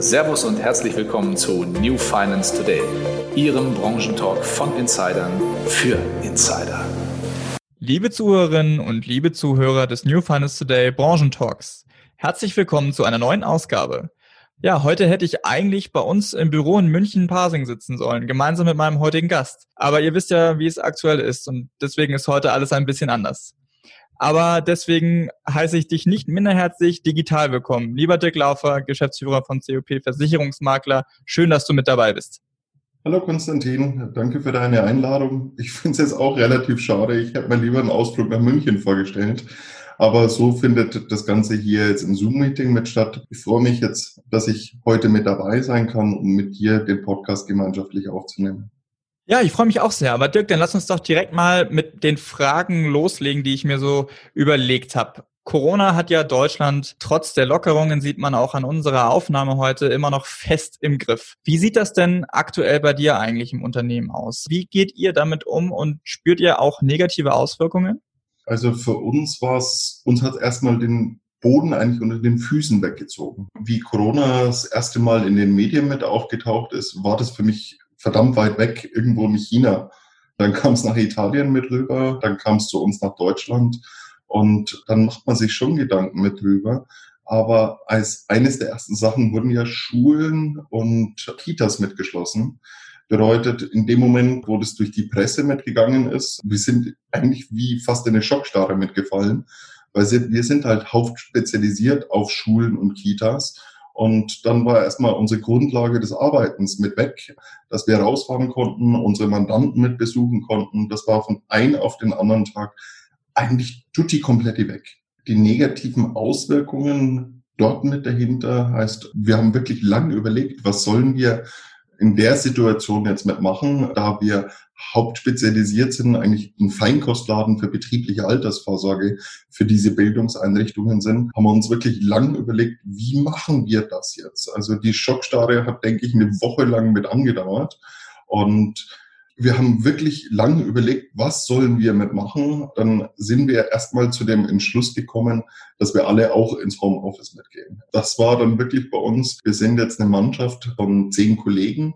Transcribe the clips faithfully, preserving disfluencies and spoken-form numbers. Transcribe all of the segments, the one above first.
Servus und herzlich willkommen zu New Finance Today, Ihrem Branchentalk von Insidern für Insider. Liebe Zuhörerinnen und liebe Zuhörer des New Finance Today Branchentalks, herzlich willkommen zu einer neuen Ausgabe. Ja, heute hätte ich eigentlich bei uns im Büro in München-Pasing sitzen sollen, gemeinsam mit meinem heutigen Gast. Aber ihr wisst ja, wie es aktuell ist und deswegen ist heute alles ein bisschen anders. Aber deswegen heiße ich dich nicht minder herzlich digital willkommen. Lieber Dirk Laufer, Geschäftsführer von C O P Versicherungsmakler, schön, dass du mit dabei bist. Hallo Konstantin, danke für deine Einladung. Ich finde es jetzt auch relativ schade. Ich hätte mir lieber einen Ausflug nach München vorgestellt. Aber so findet das Ganze hier jetzt im Zoom-Meeting mit statt. Ich freue mich jetzt, dass ich heute mit dabei sein kann, um mit dir den Podcast gemeinschaftlich aufzunehmen. Ja, ich freue mich auch sehr. Aber Dirk, dann lass uns doch direkt mal mit den Fragen loslegen, die ich mir so überlegt habe. Corona hat ja Deutschland trotz der Lockerungen, sieht man auch an unserer Aufnahme heute, immer noch fest im Griff. Wie sieht das denn aktuell bei dir eigentlich im Unternehmen aus? Wie geht ihr damit um und spürt ihr auch negative Auswirkungen? Also für uns war es, uns hat erstmal den Boden eigentlich unter den Füßen weggezogen. Wie Corona das erste Mal in den Medien mit aufgetaucht ist, war das für mich verdammt weit weg, irgendwo in China. Dann kam es nach Italien mit rüber, dann kam es zu uns nach Deutschland und dann macht man sich schon Gedanken mit drüber. Aber als eines der ersten Sachen wurden ja Schulen und Kitas mitgeschlossen. Bedeutet, in dem Moment, wo das durch die Presse mitgegangen ist, wir sind eigentlich wie fast in eine Schockstarre mitgefallen, weil wir sind halt hauptspezialisiert auf Schulen und Kitas. Und dann war erstmal unsere Grundlage des Arbeitens mit weg, dass wir rausfahren konnten, unsere Mandanten mit besuchen konnten. Das war von einem auf den anderen Tag eigentlich tutti kompletti weg. Die negativen Auswirkungen dort mit dahinter heißt, wir haben wirklich lange überlegt, was sollen wir in der Situation jetzt mitmachen, da wir hauptspezialisiert sind, eigentlich ein Feinkostladen für betriebliche Altersvorsorge für diese Bildungseinrichtungen sind, haben wir uns wirklich lang überlegt, wie machen wir das jetzt? Also die Schockstarre hat, denke ich, eine Woche lang mit angedauert und wir haben wirklich lange überlegt, was sollen wir mitmachen? Dann sind wir erstmal zu dem Entschluss gekommen, dass wir alle auch ins Homeoffice mitgehen. Das war dann wirklich bei uns, wir sind jetzt eine Mannschaft von zehn Kollegen.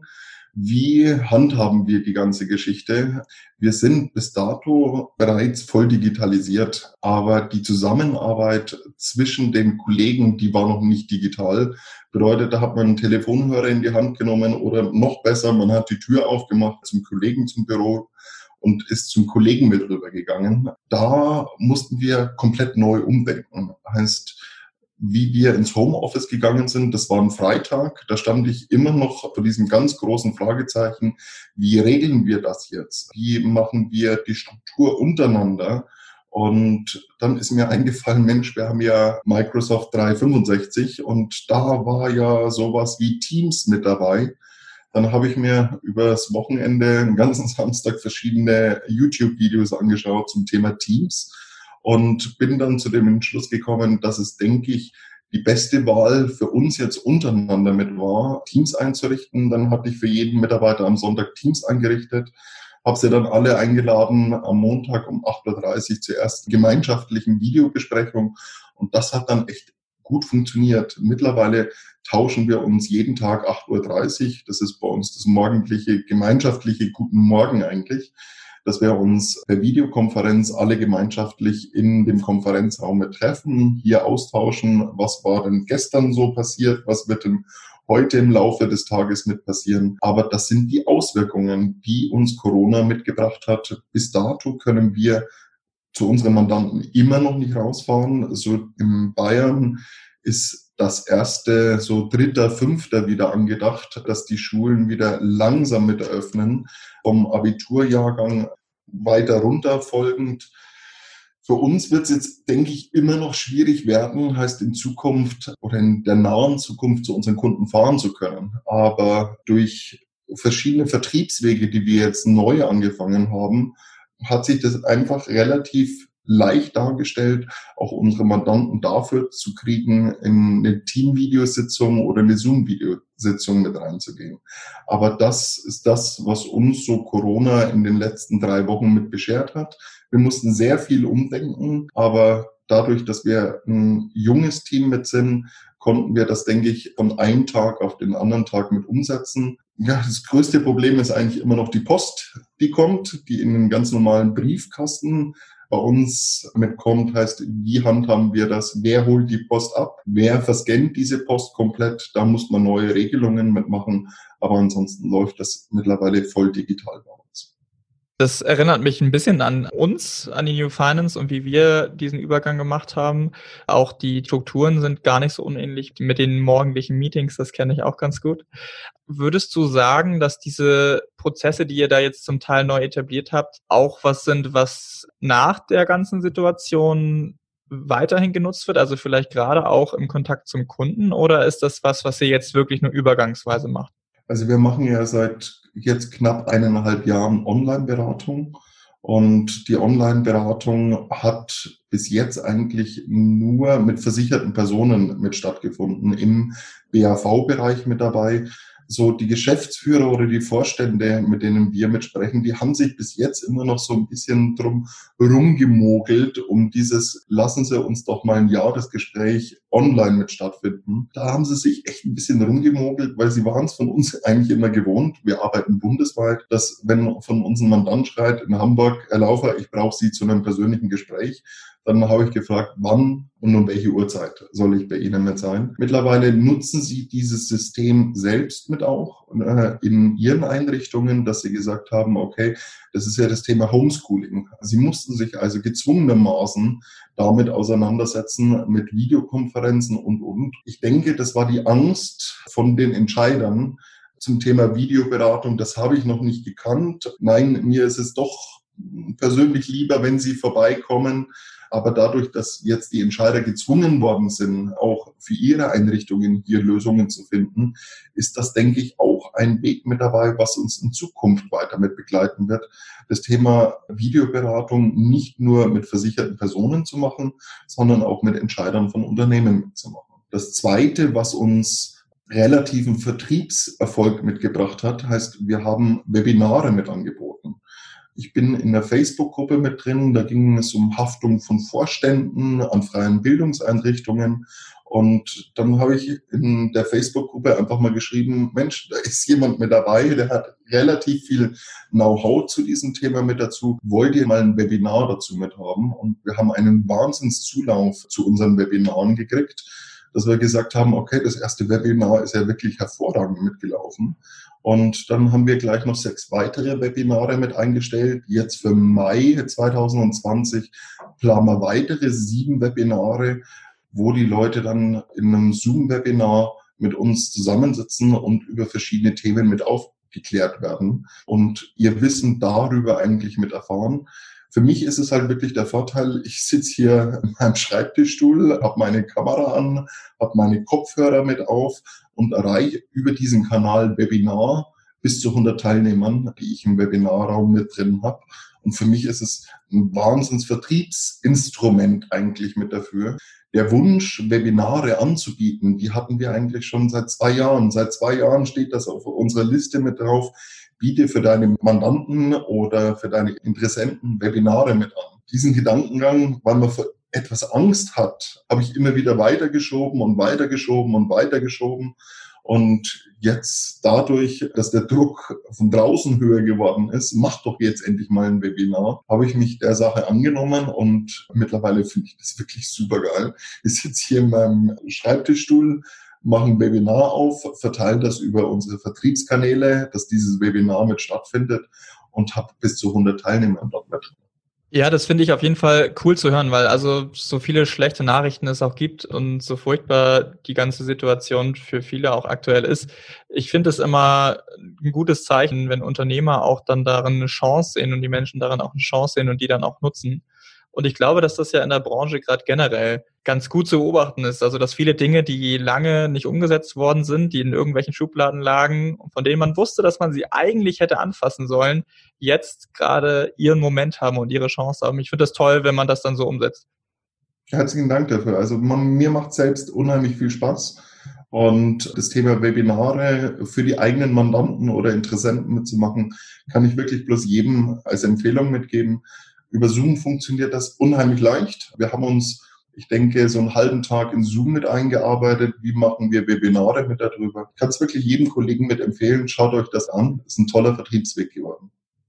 Wie handhaben wir die ganze Geschichte? Wir sind bis dato bereits voll digitalisiert, aber die Zusammenarbeit zwischen den Kollegen, die war noch nicht digital. Bedeutet, da hat man einen Telefonhörer in die Hand genommen oder noch besser, man hat die Tür aufgemacht zum Kollegen zum Büro und ist zum Kollegen mit rübergegangen. Da mussten wir komplett neu umdenken. Heißt, wie wir ins Homeoffice gegangen sind, das war ein Freitag, da stand ich immer noch vor diesem ganz großen Fragezeichen, wie regeln wir das jetzt? Wie machen wir die Struktur untereinander? Und dann ist mir eingefallen, Mensch, wir haben ja Microsoft dreihundertfünfundsechzig und da war ja sowas wie Teams mit dabei. Dann habe ich mir übers Wochenende einen ganzen Samstag verschiedene YouTube-Videos angeschaut zum Thema Teams und bin dann zu dem Entschluss gekommen, dass es, denke ich, die beste Wahl für uns jetzt untereinander mit war, Teams einzurichten. Dann hatte ich für jeden Mitarbeiter am Sonntag Teams eingerichtet, habe sie dann alle eingeladen am Montag um acht Uhr dreißig zur ersten gemeinschaftlichen Videobesprechung und das hat dann echt gut funktioniert. Mittlerweile tauschen wir uns jeden Tag acht Uhr dreißig, das ist bei uns das morgendliche, gemeinschaftliche Guten Morgen eigentlich, dass wir uns per Videokonferenz alle gemeinschaftlich in dem Konferenzraum mit treffen, hier austauschen, was war denn gestern so passiert, was wird denn heute im Laufe des Tages mit passieren. Aber das sind die Auswirkungen, die uns Corona mitgebracht hat. Bis dato können wir zu unseren Mandanten immer noch nicht rausfahren. So in Bayern ist das erste, so dritter, fünfter wieder angedacht, dass die Schulen wieder langsam mit eröffnen, vom Abiturjahrgang weiter runter folgend. Für uns wird es jetzt, denke ich, immer noch schwierig werden, heißt in Zukunft oder in der nahen Zukunft zu unseren Kunden fahren zu können. Aber durch verschiedene Vertriebswege, die wir jetzt neu angefangen haben, hat sich das einfach relativ leicht dargestellt, auch unsere Mandanten dafür zu kriegen, in eine Team-Videositzung oder eine Zoom-Videositzung mit reinzugehen. Aber das ist das, was uns so Corona in den letzten drei Wochen mit beschert hat. Wir mussten sehr viel umdenken, aber dadurch, dass wir ein junges Team mit sind, konnten wir das, denke ich, von einem Tag auf den anderen Tag mit umsetzen. Ja, das größte Problem ist eigentlich immer noch die Post, die kommt, die in einen ganz normalen Briefkasten bei uns mitkommt. Heißt, wie handhaben wir das? Wer holt die Post ab? Wer verscannt diese Post komplett? Da muss man neue Regelungen mitmachen. Aber ansonsten läuft das mittlerweile voll digital bei uns. Das erinnert mich ein bisschen an uns, an die New Finance und wie wir diesen Übergang gemacht haben. Auch die Strukturen sind gar nicht so unähnlich mit den morgendlichen Meetings, das kenne ich auch ganz gut. Würdest du sagen, dass diese Prozesse, die ihr da jetzt zum Teil neu etabliert habt, auch was sind, was nach der ganzen Situation weiterhin genutzt wird, also vielleicht gerade auch im Kontakt zum Kunden, oder ist das was, was ihr jetzt wirklich nur übergangsweise macht? Also wir machen ja seit jetzt knapp eineinhalb Jahren Online-Beratung und die Online-Beratung hat bis jetzt eigentlich nur mit versicherten Personen mit stattgefunden, im B A V-Bereich mit dabei. So die Geschäftsführer oder die Vorstände, mit denen wir mitsprechen, die haben sich bis jetzt immer noch so ein bisschen drum rumgemogelt, um dieses, lassen Sie uns doch mal ein Jahresgespräch online mit stattfinden. Da haben sie sich echt ein bisschen rumgemogelt, weil sie waren es von uns eigentlich immer gewohnt. Wir arbeiten bundesweit, dass wenn von uns ein Mandant schreit in Hamburg, Herr Laufer, ich brauche Sie zu einem persönlichen Gespräch, dann habe ich gefragt, wann und um welche Uhrzeit soll ich bei Ihnen mit sein. Mittlerweile nutzen Sie dieses System selbst mit auch äh, in Ihren Einrichtungen, dass Sie gesagt haben, okay, das ist ja das Thema Homeschooling. Sie mussten sich also gezwungenermaßen damit auseinandersetzen mit Videokonferenzen und, und. Ich denke, das war die Angst von den Entscheidern zum Thema Videoberatung. Das habe ich noch nicht gekannt. Nein, mir ist es doch persönlich lieber, wenn Sie vorbeikommen. Aber dadurch, dass jetzt die Entscheider gezwungen worden sind, auch für ihre Einrichtungen hier Lösungen zu finden, ist das, denke ich, auch ein Weg mit dabei, was uns in Zukunft weiter mit begleiten wird. Das Thema Videoberatung nicht nur mit versicherten Personen zu machen, sondern auch mit Entscheidern von Unternehmen mitzumachen. Das Zweite, was uns relativen Vertriebserfolg mitgebracht hat, heißt, wir haben Webinare mit angeboten. Ich bin in der Facebook-Gruppe mit drin, da ging es um Haftung von Vorständen an freien Bildungseinrichtungen und dann habe ich in der Facebook-Gruppe einfach mal geschrieben, Mensch, da ist jemand mit dabei, der hat relativ viel Know-how zu diesem Thema mit dazu, wollt ihr mal ein Webinar dazu mit haben? Und wir haben einen Wahnsinnszulauf zu unseren Webinaren gekriegt, dass wir gesagt haben, okay, das erste Webinar ist ja wirklich hervorragend mitgelaufen. Und dann haben wir gleich noch sechs weitere Webinare mit eingestellt. Jetzt für Mai zwanzig zwanzig planen wir weitere sieben Webinare, wo die Leute dann in einem Zoom-Webinar mit uns zusammensitzen und über verschiedene Themen mit aufgeklärt werden und ihr Wissen darüber eigentlich mit erfahren. Für mich ist es halt wirklich der Vorteil, ich sitze hier in meinem Schreibtischstuhl, habe meine Kamera an, habe meine Kopfhörer mit auf und erreiche über diesen Kanal Webinar bis zu hundert Teilnehmern, die ich im Webinarraum mit drin habe. Und für mich ist es ein Wahnsinns-Vertriebsinstrument eigentlich mit dafür. Der Wunsch, Webinare anzubieten, die hatten wir eigentlich schon seit zwei Jahren. Seit zwei Jahren steht das auf unserer Liste mit drauf. Biete für deine Mandanten oder für deine Interessenten Webinare mit an. Diesen Gedankengang, weil man für etwas Angst hat, habe ich immer wieder weitergeschoben und weitergeschoben und weitergeschoben. Und jetzt dadurch, dass der Druck von draußen höher geworden ist, mach doch jetzt endlich mal ein Webinar, habe ich mich der Sache angenommen und mittlerweile finde ich das wirklich super geil. Ich sitze hier in meinem Schreibtischstuhl, mache ein Webinar auf, verteile das über unsere Vertriebskanäle, dass dieses Webinar mit stattfindet und habe bis zu hundert Teilnehmer dort mit. Ja, das finde ich auf jeden Fall cool zu hören, weil also so viele schlechte Nachrichten es auch gibt und so furchtbar die ganze Situation für viele auch aktuell ist. Ich finde es immer ein gutes Zeichen, wenn Unternehmer auch dann darin eine Chance sehen und die Menschen darin auch eine Chance sehen und die dann auch nutzen. Und ich glaube, dass das ja in der Branche gerade generell ganz gut zu beobachten ist. Also, dass viele Dinge, die lange nicht umgesetzt worden sind, die in irgendwelchen Schubladen lagen, von denen man wusste, dass man sie eigentlich hätte anfassen sollen, jetzt gerade ihren Moment haben und ihre Chance haben. Ich finde das toll, wenn man das dann so umsetzt. Herzlichen Dank dafür. Also man, mir macht selbst unheimlich viel Spaß. Und das Thema Webinare für die eigenen Mandanten oder Interessenten mitzumachen, kann ich wirklich bloß jedem als Empfehlung mitgeben. Über Zoom funktioniert das unheimlich leicht. Wir haben uns Ich denke, so einen halben Tag in Zoom mit eingearbeitet. Wie machen wir Webinare mit darüber? Ich kann es wirklich jedem Kollegen mit empfehlen. Schaut euch das an. Ist ein toller Vertriebsweg geworden.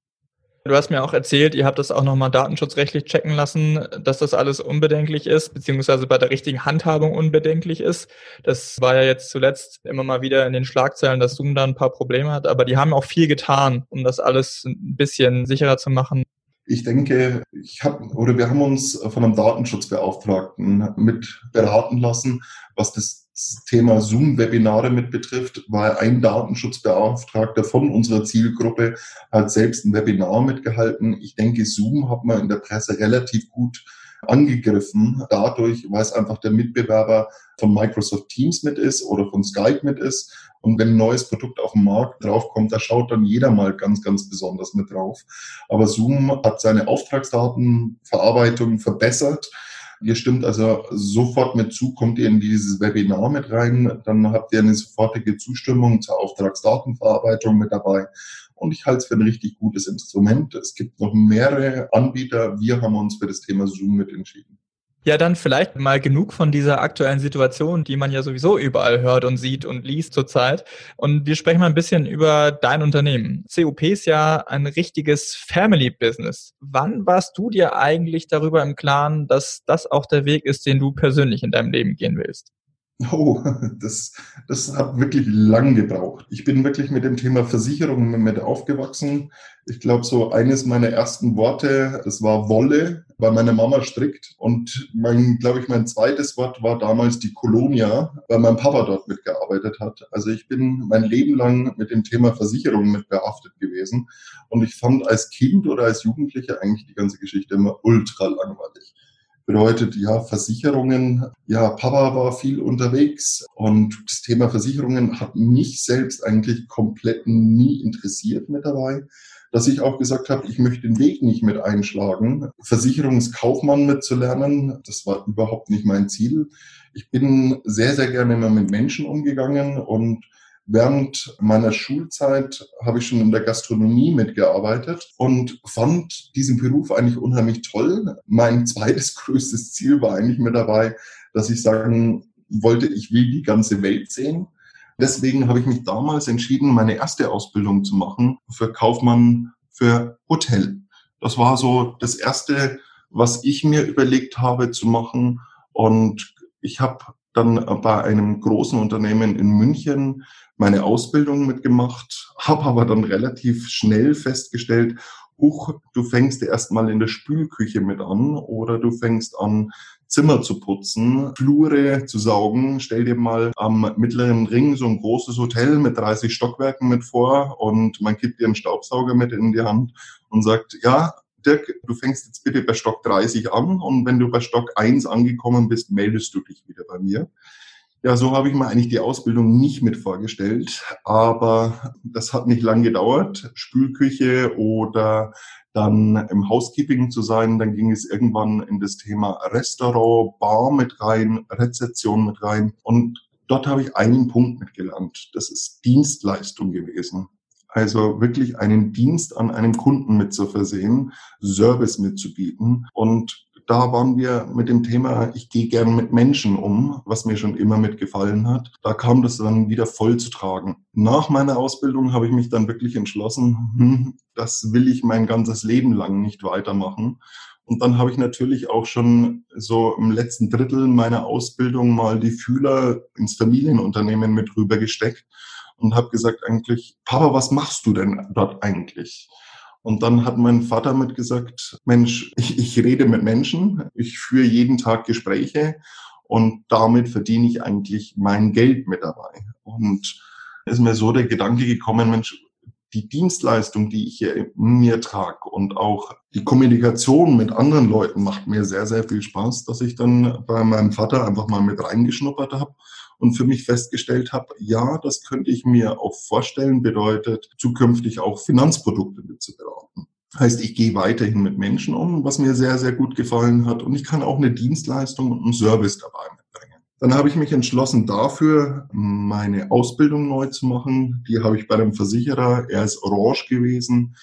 Du hast mir auch erzählt, ihr habt das auch nochmal datenschutzrechtlich checken lassen, dass das alles unbedenklich ist, beziehungsweise bei der richtigen Handhabung unbedenklich ist. Das war ja jetzt zuletzt immer mal wieder in den Schlagzeilen, dass Zoom da ein paar Probleme hat, aber die haben auch viel getan, um das alles ein bisschen sicherer zu machen. Ich denke, ich habe oder wir haben uns von einem Datenschutzbeauftragten mit beraten lassen, was das Thema Zoom-Webinare mit betrifft, weil ein Datenschutzbeauftragter von unserer Zielgruppe hat selbst ein Webinar mitgehalten. Ich denke, Zoom hat man in der Presse relativ gut angegriffen, dadurch, weil es einfach der Mitbewerber von Microsoft Teams mit ist oder von Skype mit ist. Und wenn ein neues Produkt auf den Markt draufkommt, da schaut dann jeder mal ganz, ganz besonders mit drauf. Aber Zoom hat seine Auftragsdatenverarbeitung verbessert. Ihr stimmt also sofort mit zu, kommt ihr in dieses Webinar mit rein, dann habt ihr eine sofortige Zustimmung zur Auftragsdatenverarbeitung mit dabei. Und ich halte es für ein richtig gutes Instrument. Es gibt noch mehrere Anbieter. Wir haben uns für das Thema Zoom mit entschieden. Ja, dann vielleicht mal genug von dieser aktuellen Situation, die man ja sowieso überall hört und sieht und liest zurzeit. Und wir sprechen mal ein bisschen über dein Unternehmen. C O P ist ja ein richtiges Family-Business. Wann warst du dir eigentlich darüber im Klaren, dass das auch der Weg ist, den du persönlich in deinem Leben gehen willst? Oh, das, das hat wirklich lang gebraucht. Ich bin wirklich mit dem Thema Versicherungen mit aufgewachsen. Ich glaube, so eines meiner ersten Worte, das war Wolle, weil meine Mama strickt. Und mein, glaube ich, mein zweites Wort war damals die Colonia, weil mein Papa dort mitgearbeitet hat. Also ich bin mein Leben lang mit dem Thema Versicherungen mit behaftet gewesen. Und ich fand als Kind oder als Jugendlicher eigentlich die ganze Geschichte immer ultra langweilig. Bedeutet, ja, Versicherungen, ja, Papa war viel unterwegs und das Thema Versicherungen hat mich selbst eigentlich komplett nie interessiert mit dabei, dass ich auch gesagt habe, ich möchte den Weg nicht mit einschlagen, Versicherungskaufmann mitzulernen, das war überhaupt nicht mein Ziel. Ich bin sehr, sehr gerne immer mit Menschen umgegangen und während meiner Schulzeit habe ich schon in der Gastronomie mitgearbeitet und fand diesen Beruf eigentlich unheimlich toll. Mein zweites größtes Ziel war eigentlich mit dabei, dass ich sagen wollte, ich will die ganze Welt sehen. Deswegen habe ich mich damals entschieden, meine erste Ausbildung zu machen für Kaufmann für Hotel. Das war so das Erste, was ich mir überlegt habe zu machen. Und ich habe dann bei einem großen Unternehmen in München meine Ausbildung mitgemacht, habe aber dann relativ schnell festgestellt, huch, du fängst erstmal in der Spülküche mit an oder du fängst an, Zimmer zu putzen, Flure zu saugen. Stell dir mal am Mittleren Ring so ein großes Hotel mit dreißig Stockwerken mit vor und man gibt dir einen Staubsauger mit in die Hand und sagt, ja, Dirk, du fängst jetzt bitte bei Stock dreißig an und wenn du bei Stock eins angekommen bist, meldest du dich wieder bei mir. Ja, so habe ich mir eigentlich die Ausbildung nicht mit vorgestellt, aber das hat nicht lang gedauert. Spülküche oder dann im Housekeeping zu sein, dann ging es irgendwann in das Thema Restaurant, Bar mit rein, Rezeption mit rein und dort habe ich einen Punkt mitgelernt. Das ist Dienstleistung gewesen. Also wirklich einen Dienst an einem Kunden mit zu versehen, Service mitzubieten und da waren wir mit dem Thema, ich gehe gern mit Menschen um, was mir schon immer mitgefallen hat. Da kam das dann wieder voll zu tragen. Nach meiner Ausbildung habe ich mich dann wirklich entschlossen, hm, das will ich mein ganzes Leben lang nicht weitermachen. Und dann habe ich natürlich auch schon so im letzten Drittel meiner Ausbildung mal die Fühler ins Familienunternehmen mit rüber gesteckt und habe gesagt eigentlich, Papa, was machst du denn dort eigentlich? Und dann hat mein Vater mit gesagt, Mensch, ich, ich rede mit Menschen, ich führe jeden Tag Gespräche und damit verdiene ich eigentlich mein Geld mit dabei. Und ist mir so der Gedanke gekommen, Mensch, die Dienstleistung, die ich hier in mir trage und auch die Kommunikation mit anderen Leuten macht mir sehr, sehr viel Spaß, dass ich dann bei meinem Vater einfach mal mit reingeschnuppert habe und für mich festgestellt habe, ja, das könnte ich mir auch vorstellen, bedeutet zukünftig auch Finanzprodukte mitzuberaten. Heißt, ich gehe weiterhin mit Menschen um, was mir sehr, sehr gut gefallen hat und ich kann auch eine Dienstleistung und einen Service dabei mitbringen. Dann habe ich mich entschlossen dafür, meine Ausbildung neu zu machen. Die habe ich bei einem Versicherer, er ist Orange gewesen.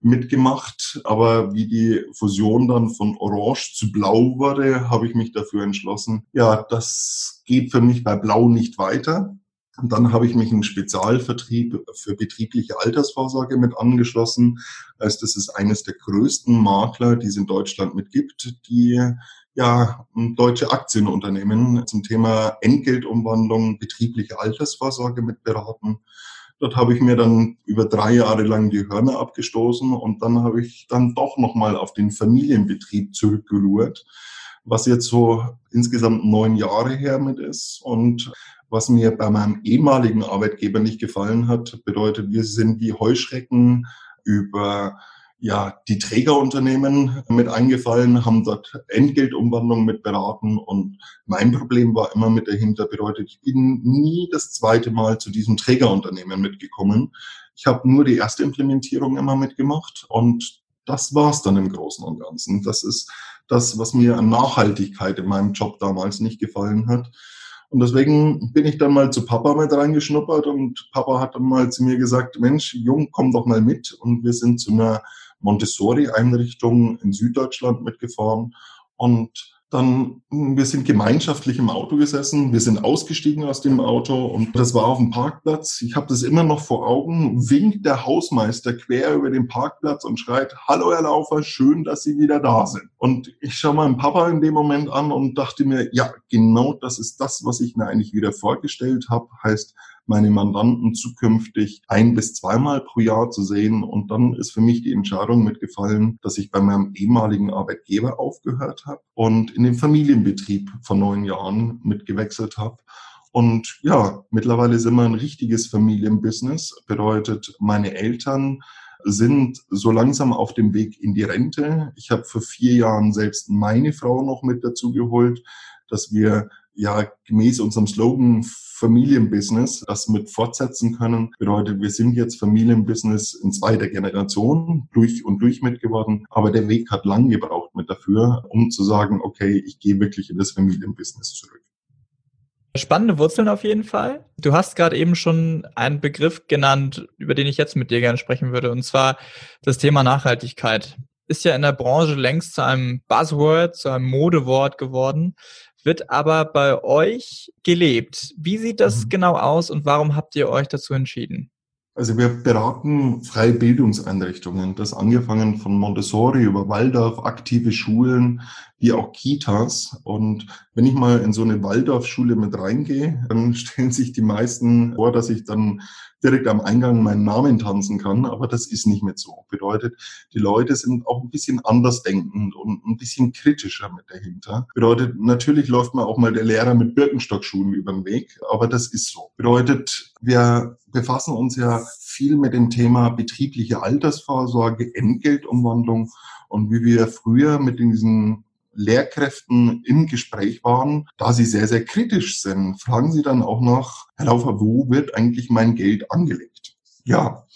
mitgemacht, aber wie die Fusion dann von Orange zu Blau wurde, habe ich mich dafür entschlossen, ja, das geht für mich bei Blau nicht weiter. Und dann habe ich mich im Spezialvertrieb für betriebliche Altersvorsorge mit angeschlossen. Also das ist eines der größten Makler, die es in Deutschland mitgibt, die ja deutsche Aktienunternehmen zum Thema Entgeltumwandlung, betriebliche Altersvorsorge mit beraten. Dort habe ich mir dann über drei Jahre lang die Hörner abgestoßen und dann habe ich dann doch nochmal auf den Familienbetrieb zurückgerudert, was jetzt so insgesamt neun Jahre her mit ist. Und was mir bei meinem ehemaligen Arbeitgeber nicht gefallen hat, bedeutet, wir sind wie Heuschrecken über ja die Trägerunternehmen mit eingefallen, haben dort Entgeltumwandlung mit beraten und mein Problem war immer mit dahinter, bedeutet, ich bin nie das zweite Mal zu diesem Trägerunternehmen mitgekommen. Ich habe nur die erste Implementierung immer mitgemacht und das war's dann im Großen und Ganzen. Das ist das, was mir an Nachhaltigkeit in meinem Job damals nicht gefallen hat. Und deswegen bin ich dann mal zu Papa mit reingeschnuppert und Papa hat dann mal zu mir gesagt, Mensch, Jung, komm doch mal mit. Und wir sind zu einer Montessori-Einrichtung in Süddeutschland mitgefahren und dann, wir sind gemeinschaftlich im Auto gesessen, wir sind ausgestiegen aus dem Auto und das war auf dem Parkplatz. Ich habe das immer noch vor Augen, winkt der Hausmeister quer über den Parkplatz und schreit, hallo Herr Laufer, schön, dass Sie wieder da sind. Und ich schaue meinen Papa in dem Moment an und dachte mir, ja, genau das ist das, was ich mir eigentlich wieder vorgestellt habe, heißt, meine Mandanten zukünftig ein- bis zweimal pro Jahr zu sehen. Und dann ist für mich die Entscheidung mitgefallen, dass ich bei meinem ehemaligen Arbeitgeber aufgehört habe und in den Familienbetrieb vor neun Jahren mitgewechselt habe. Und ja, mittlerweile sind wir ein richtiges Familienbusiness. Bedeutet, meine Eltern sind so langsam auf dem Weg in die Rente. Ich habe vor vier Jahren selbst meine Frau noch mit dazu geholt, dass wir ja gemäß unserem Slogan Familienbusiness das mit fortsetzen können. Bedeutet, wir sind jetzt Familienbusiness in zweiter Generation durch und durch mit geworden. Aber der Weg hat lang gebraucht mit dafür, um zu sagen, okay, ich gehe wirklich in das Familienbusiness zurück. Spannende Wurzeln auf jeden Fall. Du hast gerade eben schon einen Begriff genannt, über den ich jetzt mit dir gerne sprechen würde, und zwar das Thema Nachhaltigkeit. Ist ja in der Branche längst zu einem Buzzword, zu einem Modewort geworden, wird aber bei euch gelebt. Wie sieht das mhm. genau aus und warum habt ihr euch dazu entschieden? Also wir beraten freie Bildungseinrichtungen, das angefangen von Montessori über Waldorf, aktive Schulen, wie auch Kitas. Und wenn ich mal in so eine Waldorfschule mit reingehe, dann stellen sich die meisten vor, dass ich dann direkt am Eingang meinen Namen tanzen kann, aber das ist nicht mehr so. Bedeutet, die Leute sind auch ein bisschen anders denkend und ein bisschen kritischer mit dahinter. Bedeutet, natürlich läuft man auch mal der Lehrer mit Birkenstockschuhen über den Weg, aber das ist so. Bedeutet, wir befassen uns ja viel mit dem Thema betriebliche Altersvorsorge, Entgeltumwandlung und wie wir früher mit diesen Lehrkräften im Gespräch waren, da sie sehr, sehr kritisch sind, fragen sie dann auch nach, Herr Laufer, wo wird eigentlich mein Geld angelegt? Ja,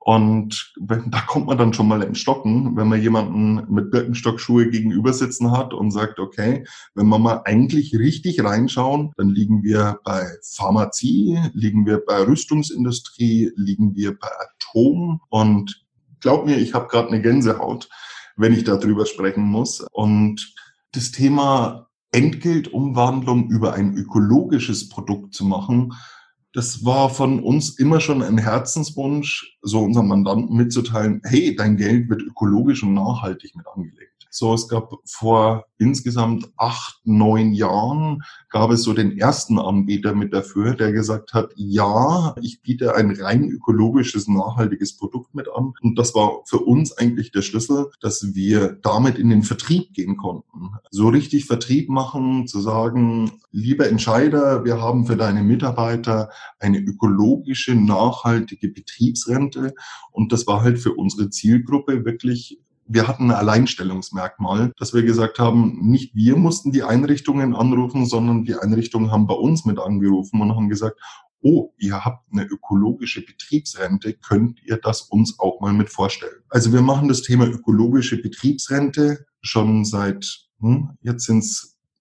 und da kommt man dann schon mal ins Stocken, wenn man jemanden mit Birkenstockschuhe gegenüber sitzen hat und sagt, okay, wenn wir mal eigentlich richtig reinschauen, dann liegen wir bei Pharmazie, liegen wir bei Rüstungsindustrie, liegen wir bei Atom und glaub mir, ich habe gerade eine Gänsehaut, wenn ich darüber sprechen muss. Und das Thema Entgeltumwandlung über ein ökologisches Produkt zu machen, das war von uns immer schon ein Herzenswunsch, so unseren Mandanten mitzuteilen, hey, dein Geld wird ökologisch und nachhaltig mit angelegt. So, es gab vor insgesamt acht, neun Jahren, gab es so den ersten Anbieter mit dafür, der gesagt hat, ja, ich biete ein rein ökologisches, nachhaltiges Produkt mit an. Und das war für uns eigentlich der Schlüssel, dass wir damit in den Vertrieb gehen konnten. So richtig Vertrieb machen, zu sagen, lieber Entscheider, wir haben für deine Mitarbeiter eine ökologische, nachhaltige Betriebsrente. Und das war halt für unsere Zielgruppe wirklich, wir hatten ein Alleinstellungsmerkmal, dass wir gesagt haben, nicht wir mussten die Einrichtungen anrufen, sondern die Einrichtungen haben bei uns mit angerufen und haben gesagt, oh, ihr habt eine ökologische Betriebsrente, könnt ihr das uns auch mal mit vorstellen? Also wir machen das Thema ökologische Betriebsrente schon seit, hm, jetzt sind es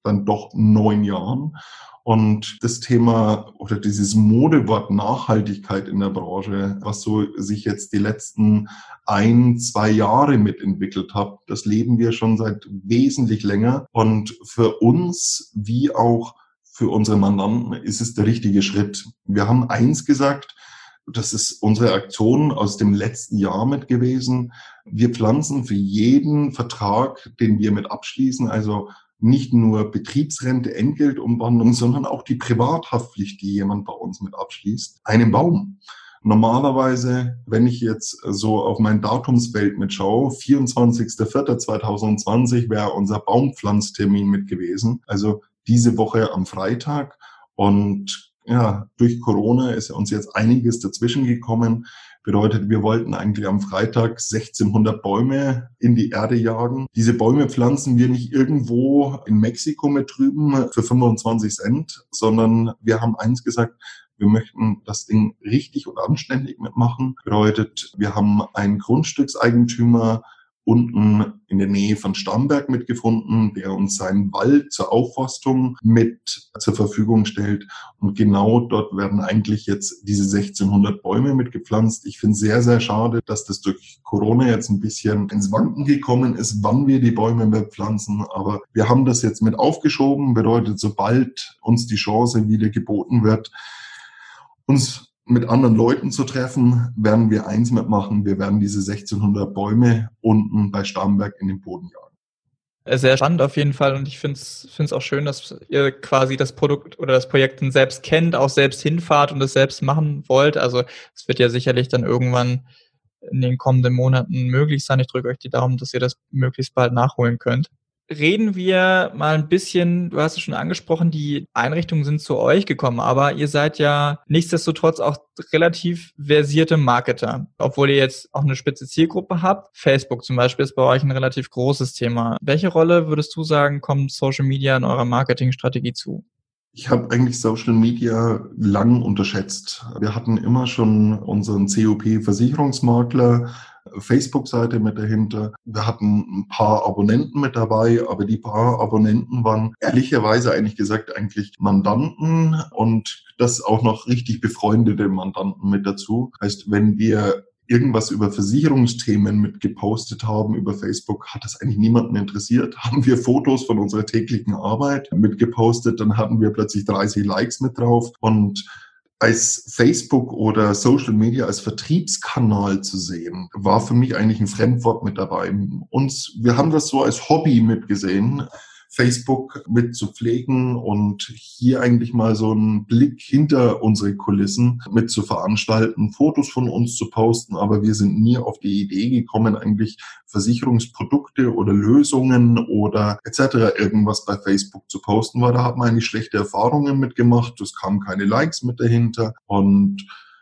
dann doch neun Jahren. Und das Thema oder dieses Modewort Nachhaltigkeit in der Branche, was so sich jetzt die letzten ein, zwei Jahre mitentwickelt hat, das leben wir schon seit wesentlich länger. Und für uns wie auch für unsere Mandanten ist es der richtige Schritt. Wir haben eins gesagt, das ist unsere Aktion aus dem letzten Jahr mit gewesen. Wir pflanzen für jeden Vertrag, den wir mit abschließen, also nicht nur Betriebsrente, Entgeltumwandlung, sondern auch die Privathaftpflicht, die jemand bei uns mit abschließt, einen Baum. Normalerweise, wenn ich jetzt so auf mein Datumsfeld mitschaue, vierundzwanzigster vierter zweitausendzwanzig wäre unser Baumpflanztermin mit gewesen, also diese Woche am Freitag. Und ja, durch Corona ist uns jetzt einiges dazwischen gekommen. Bedeutet, wir wollten eigentlich am Freitag sechzehnhundert Bäume in die Erde jagen. Diese Bäume pflanzen wir nicht irgendwo in Mexiko mit drüben für fünfundzwanzig Cent, sondern wir haben eins gesagt, wir möchten das Ding richtig und anständig mitmachen. Bedeutet, wir haben einen Grundstückseigentümer unten in der Nähe von Starnberg mitgefunden, der uns seinen Wald zur Aufforstung mit zur Verfügung stellt. Und genau dort werden eigentlich jetzt diese sechzehnhundert Bäume mitgepflanzt. Ich finde es sehr, sehr schade, dass das durch Corona jetzt ein bisschen ins Wanken gekommen ist, wann wir die Bäume mitpflanzen. Aber wir haben das jetzt mit aufgeschoben. Bedeutet, sobald uns die Chance wieder geboten wird, uns mit anderen Leuten zu treffen, werden wir eins mitmachen. Wir werden diese sechzehnhundert Bäume unten bei Starnberg in den Boden jagen. Sehr spannend auf jeden Fall und ich finde es finde es auch schön, dass ihr quasi das Produkt oder das Projekt selbst kennt, auch selbst hinfahrt und es selbst machen wollt. Also es wird ja sicherlich dann irgendwann in den kommenden Monaten möglich sein. Ich drücke euch die Daumen, dass ihr das möglichst bald nachholen könnt. Reden wir mal ein bisschen, du hast es schon angesprochen, die Einrichtungen sind zu euch gekommen, aber ihr seid ja nichtsdestotrotz auch relativ versierte Marketer, obwohl ihr jetzt auch eine spitze Zielgruppe habt. Facebook zum Beispiel ist bei euch ein relativ großes Thema. Welche Rolle würdest du sagen, kommt Social Media in eurer Marketingstrategie zu? Ich habe eigentlich Social Media lang unterschätzt. Wir hatten immer schon unseren C O P-Versicherungsmakler, Facebook-Seite mit dahinter. Wir hatten ein paar Abonnenten mit dabei, aber die paar Abonnenten waren ehrlicherweise eigentlich gesagt eigentlich Mandanten und das auch noch richtig befreundete Mandanten mit dazu. Heißt, wenn wir irgendwas über Versicherungsthemen mit gepostet haben über Facebook, hat das eigentlich niemanden interessiert. Haben wir Fotos von unserer täglichen Arbeit mit gepostet, dann hatten wir plötzlich dreißig Likes mit drauf und als Facebook oder Social Media als Vertriebskanal zu sehen, war für mich eigentlich ein Fremdwort mit dabei. Uns, wir haben das so als Hobby mitgesehen, Facebook mit zu pflegen und hier eigentlich mal so einen Blick hinter unsere Kulissen mit zu veranstalten, Fotos von uns zu posten, aber wir sind nie auf die Idee gekommen, eigentlich Versicherungsprodukte oder Lösungen oder et cetera irgendwas bei Facebook zu posten, weil da hat man eigentlich schlechte Erfahrungen mitgemacht, es kamen keine Likes mit dahinter und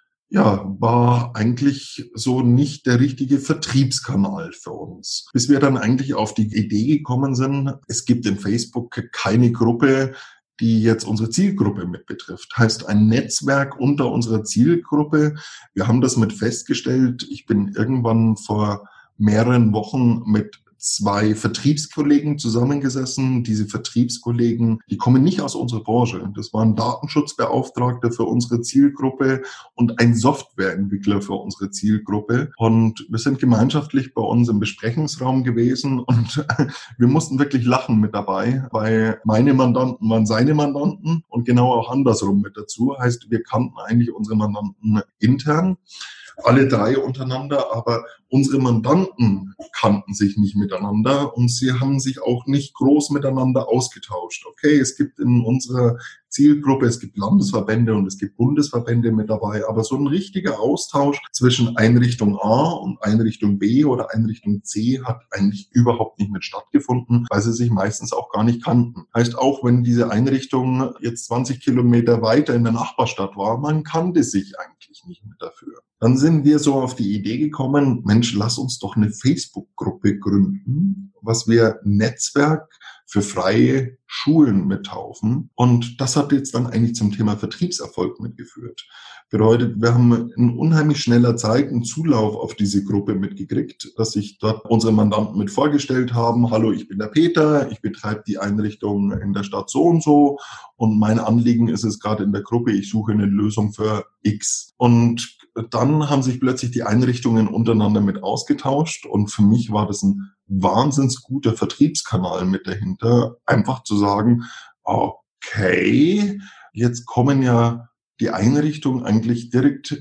ja, war eigentlich so nicht der richtige Vertriebskanal für uns. Bis wir dann eigentlich auf die Idee gekommen sind, es gibt in Facebook keine Gruppe, die jetzt unsere Zielgruppe mit betrifft. Heißt ein Netzwerk unter unserer Zielgruppe. Wir haben das mit festgestellt. Ich bin irgendwann vor mehreren Wochen mit zwei Vertriebskollegen zusammengesessen. Diese Vertriebskollegen, die kommen nicht aus unserer Branche. Das war ein Datenschutzbeauftragter für unsere Zielgruppe und ein Softwareentwickler für unsere Zielgruppe. Und wir sind gemeinschaftlich bei uns im Besprechungsraum gewesen und wir mussten wirklich lachen mit dabei, weil meine Mandanten waren seine Mandanten und genau auch andersrum mit dazu. Heißt, wir kannten eigentlich unsere Mandanten intern, alle drei untereinander, aber unsere Mandanten kannten sich nicht miteinander und sie haben sich auch nicht groß miteinander ausgetauscht. Okay, es gibt in unserer Zielgruppe, es gibt Landesverbände und es gibt Bundesverbände mit dabei, aber so ein richtiger Austausch zwischen Einrichtung A und Einrichtung B oder Einrichtung C hat eigentlich überhaupt nicht mit stattgefunden, weil sie sich meistens auch gar nicht kannten. Heißt, auch wenn diese Einrichtung jetzt zwanzig Kilometer weiter in der Nachbarstadt war, man kannte sich eigentlich nicht mit dafür. Dann sind wir so auf die Idee gekommen, Mensch, lass uns doch eine Facebook-Gruppe gründen, was wir Netzwerk für freie Schulen mittaufen. Und das hat jetzt dann eigentlich zum Thema Vertriebserfolg mitgeführt. Bedeutet, wir haben in unheimlich schneller Zeit einen Zulauf auf diese Gruppe mitgekriegt, dass sich dort unsere Mandanten mit vorgestellt haben: Hallo, ich bin der Peter, ich betreibe die Einrichtung in der Stadt so und so und mein Anliegen ist es gerade in der Gruppe, ich suche eine Lösung für X. Und dann haben sich plötzlich die Einrichtungen untereinander mit ausgetauscht und für mich war das ein wahnsinns guter Vertriebskanal mit dahinter, einfach zu sagen, okay, jetzt kommen ja die Einrichtung eigentlich direkt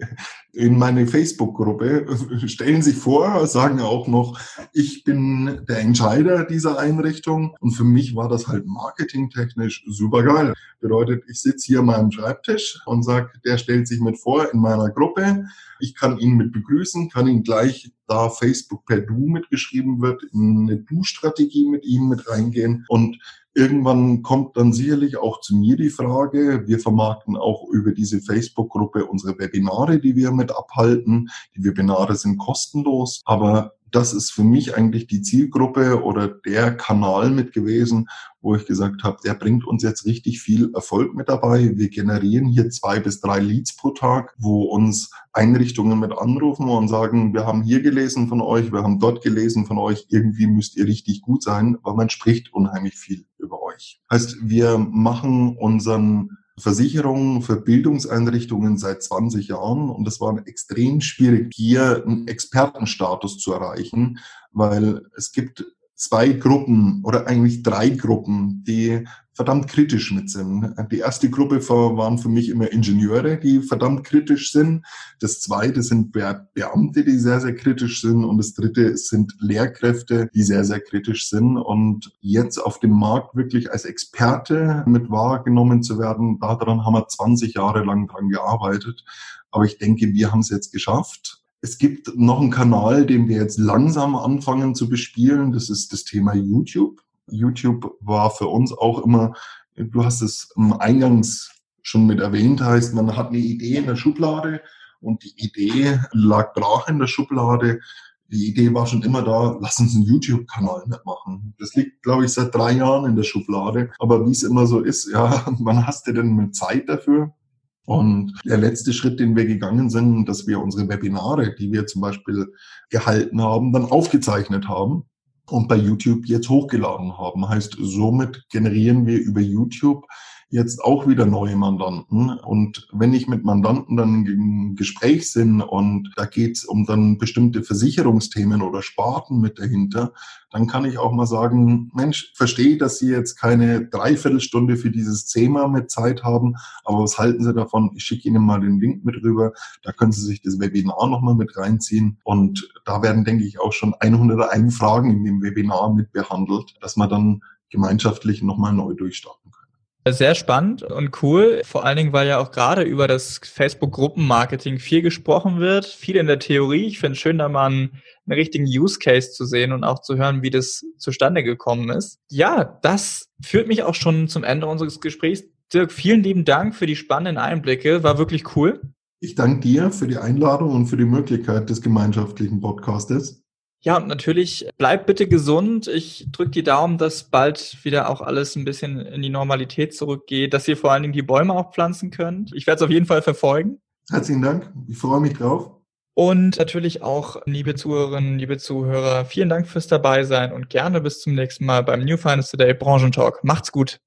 in meine Facebook-Gruppe, stellen sich vor, sagen auch noch, ich bin der Entscheider dieser Einrichtung. Und für mich war das halt marketingtechnisch super geil. Bedeutet, ich sitze hier an meinem Schreibtisch und sage, der stellt sich mit vor in meiner Gruppe. Ich kann ihn mit begrüßen, kann ihn gleich, da Facebook per Du mitgeschrieben wird, in eine Du-Strategie mit ihm mit reingehen. Und irgendwann kommt dann sicherlich auch zu mir die Frage, wir vermarkten auch über diese Facebook-Gruppe unsere Webinare, die wir mit abhalten. Die Webinare sind kostenlos, aber das ist für mich eigentlich die Zielgruppe oder der Kanal mit gewesen, wo ich gesagt habe, der bringt uns jetzt richtig viel Erfolg mit dabei. Wir generieren hier zwei bis drei Leads pro Tag, wo uns Einrichtungen mit anrufen und sagen, wir haben hier gelesen von euch, wir haben dort gelesen von euch, irgendwie müsst ihr richtig gut sein, weil man spricht unheimlich viel über euch. Heißt, wir machen unseren Versicherungen für Bildungseinrichtungen seit zwanzig Jahren und es war extrem schwierig, hier einen Expertenstatus zu erreichen, weil es gibt zwei Gruppen oder eigentlich drei Gruppen, die verdammt kritisch mit sind. Die erste Gruppe waren für mich immer Ingenieure, die verdammt kritisch sind. Das zweite sind Be- Beamte, die sehr, sehr kritisch sind. Und das dritte sind Lehrkräfte, die sehr, sehr kritisch sind. Und jetzt auf dem Markt wirklich als Experte mit wahrgenommen zu werden, daran haben wir zwanzig Jahre lang dran gearbeitet. Aber ich denke, wir haben es jetzt geschafft. Es gibt noch einen Kanal, den wir jetzt langsam anfangen zu bespielen. Das ist das Thema YouTube. YouTube war für uns auch immer, du hast es eingangs schon mit erwähnt, heißt, man hat eine Idee in der Schublade und die Idee lag brach in der Schublade. Die Idee war schon immer da, lass uns einen YouTube-Kanal mitmachen. Das liegt, glaube ich, seit drei Jahren in der Schublade. Aber wie es immer so ist, ja, wann hast du denn mit Zeit dafür? Und der letzte Schritt, den wir gegangen sind, dass wir unsere Webinare, die wir zum Beispiel gehalten haben, dann aufgezeichnet haben und bei YouTube jetzt hochgeladen haben. Heißt, somit generieren wir über YouTube jetzt auch wieder neue Mandanten. Und wenn ich mit Mandanten dann im Gespräch bin und da geht es um dann bestimmte Versicherungsthemen oder Sparten mit dahinter, dann kann ich auch mal sagen, Mensch, verstehe, dass Sie jetzt keine Dreiviertelstunde für dieses Thema mit Zeit haben, aber was halten Sie davon? Ich schicke Ihnen mal den Link mit rüber, da können Sie sich das Webinar nochmal mit reinziehen und da werden, denke ich, auch schon hunderteins Fragen in dem Webinar mit behandelt, dass man dann gemeinschaftlich nochmal neu durchstarten kann. Sehr spannend und cool, vor allen Dingen, weil ja auch gerade über das Facebook-Gruppenmarketing viel gesprochen wird, viel in der Theorie. Ich finde es schön, da mal einen, einen richtigen Use-Case zu sehen und auch zu hören, wie das zustande gekommen ist. Ja, das führt mich auch schon zum Ende unseres Gesprächs. Dirk, vielen lieben Dank für die spannenden Einblicke, war wirklich cool. Ich danke dir für die Einladung und für die Möglichkeit des gemeinschaftlichen Podcastes. Ja, und natürlich bleibt bitte gesund. Ich drücke die Daumen, dass bald wieder auch alles ein bisschen in die Normalität zurückgeht, dass ihr vor allen Dingen die Bäume auch pflanzen könnt. Ich werde es auf jeden Fall verfolgen. Herzlichen Dank. Ich freue mich drauf. Und natürlich auch, liebe Zuhörerinnen, liebe Zuhörer, vielen Dank fürs Dabeisein und gerne bis zum nächsten Mal beim New Finance Today Branchentalk. Macht's gut.